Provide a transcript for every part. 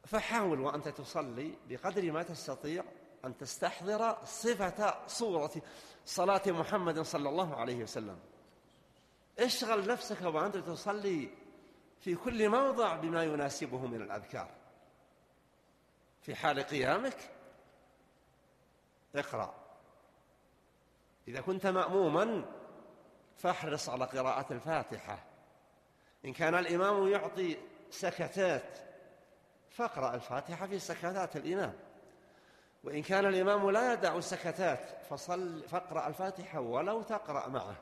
فحاول وأنت تصلي بقدر ما تستطيع أن تستحضر صفة صورة صلاة محمد صلى الله عليه وسلم. اشغل نفسك وأنت تصلي في كل موضع بما يناسبه من الأذكار. في حال قيامك اقرأ، إذا كنت مأموما فاحرص على قراءة الفاتحة. إن كان الإمام يعطي سكتات فاقرأ الفاتحة في سكتات الإمام، وإن كان الإمام لا يدع السكتات فاقرأ الفاتحة ولو تقرأ معه،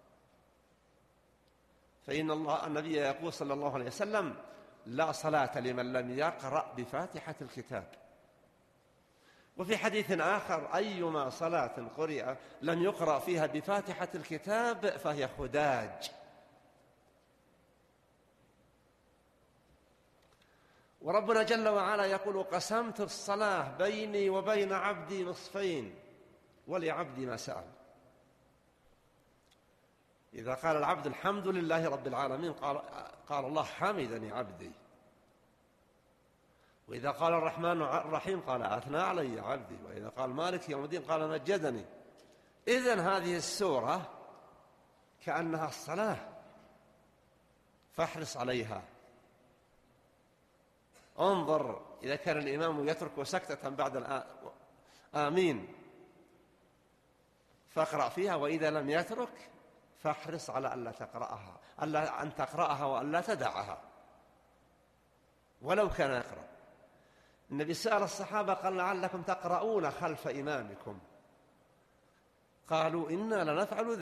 فإن النبي يقول صلى الله عليه وسلم: لا صلاة لمن لم يقرأ بفاتحة الكتاب. وفي حديث آخر: أيما صلاة لم يقرأ فيها بفاتحة الكتاب فهي خداج. وربنا جل وعلا يقول: قسمت الصلاة بيني وبين عبدي نصفين ولعبدي ما سأل. إذا قال العبد الحمد لله رب العالمين قال الله: حمدني عبدي. وإذا قال الرحمن الرحيم قال: أثنى علي عبدي. وإذا قال مالك يوم الدين قال: مجدني. إذن هذه السورة كأنها الصلاة، فاحرص عليها. انظر إذا كان الإمام يترك سكتة بعد آمين فاقرأ فيها، وإذا لم يترك فاحرص على أن تقرأها وأن لا تدعها ولو كان يقرأ. النبي سأل الصحابة قال: لعلكم تقرؤون خلف إمامكم؟ قالوا: إنا لنفعل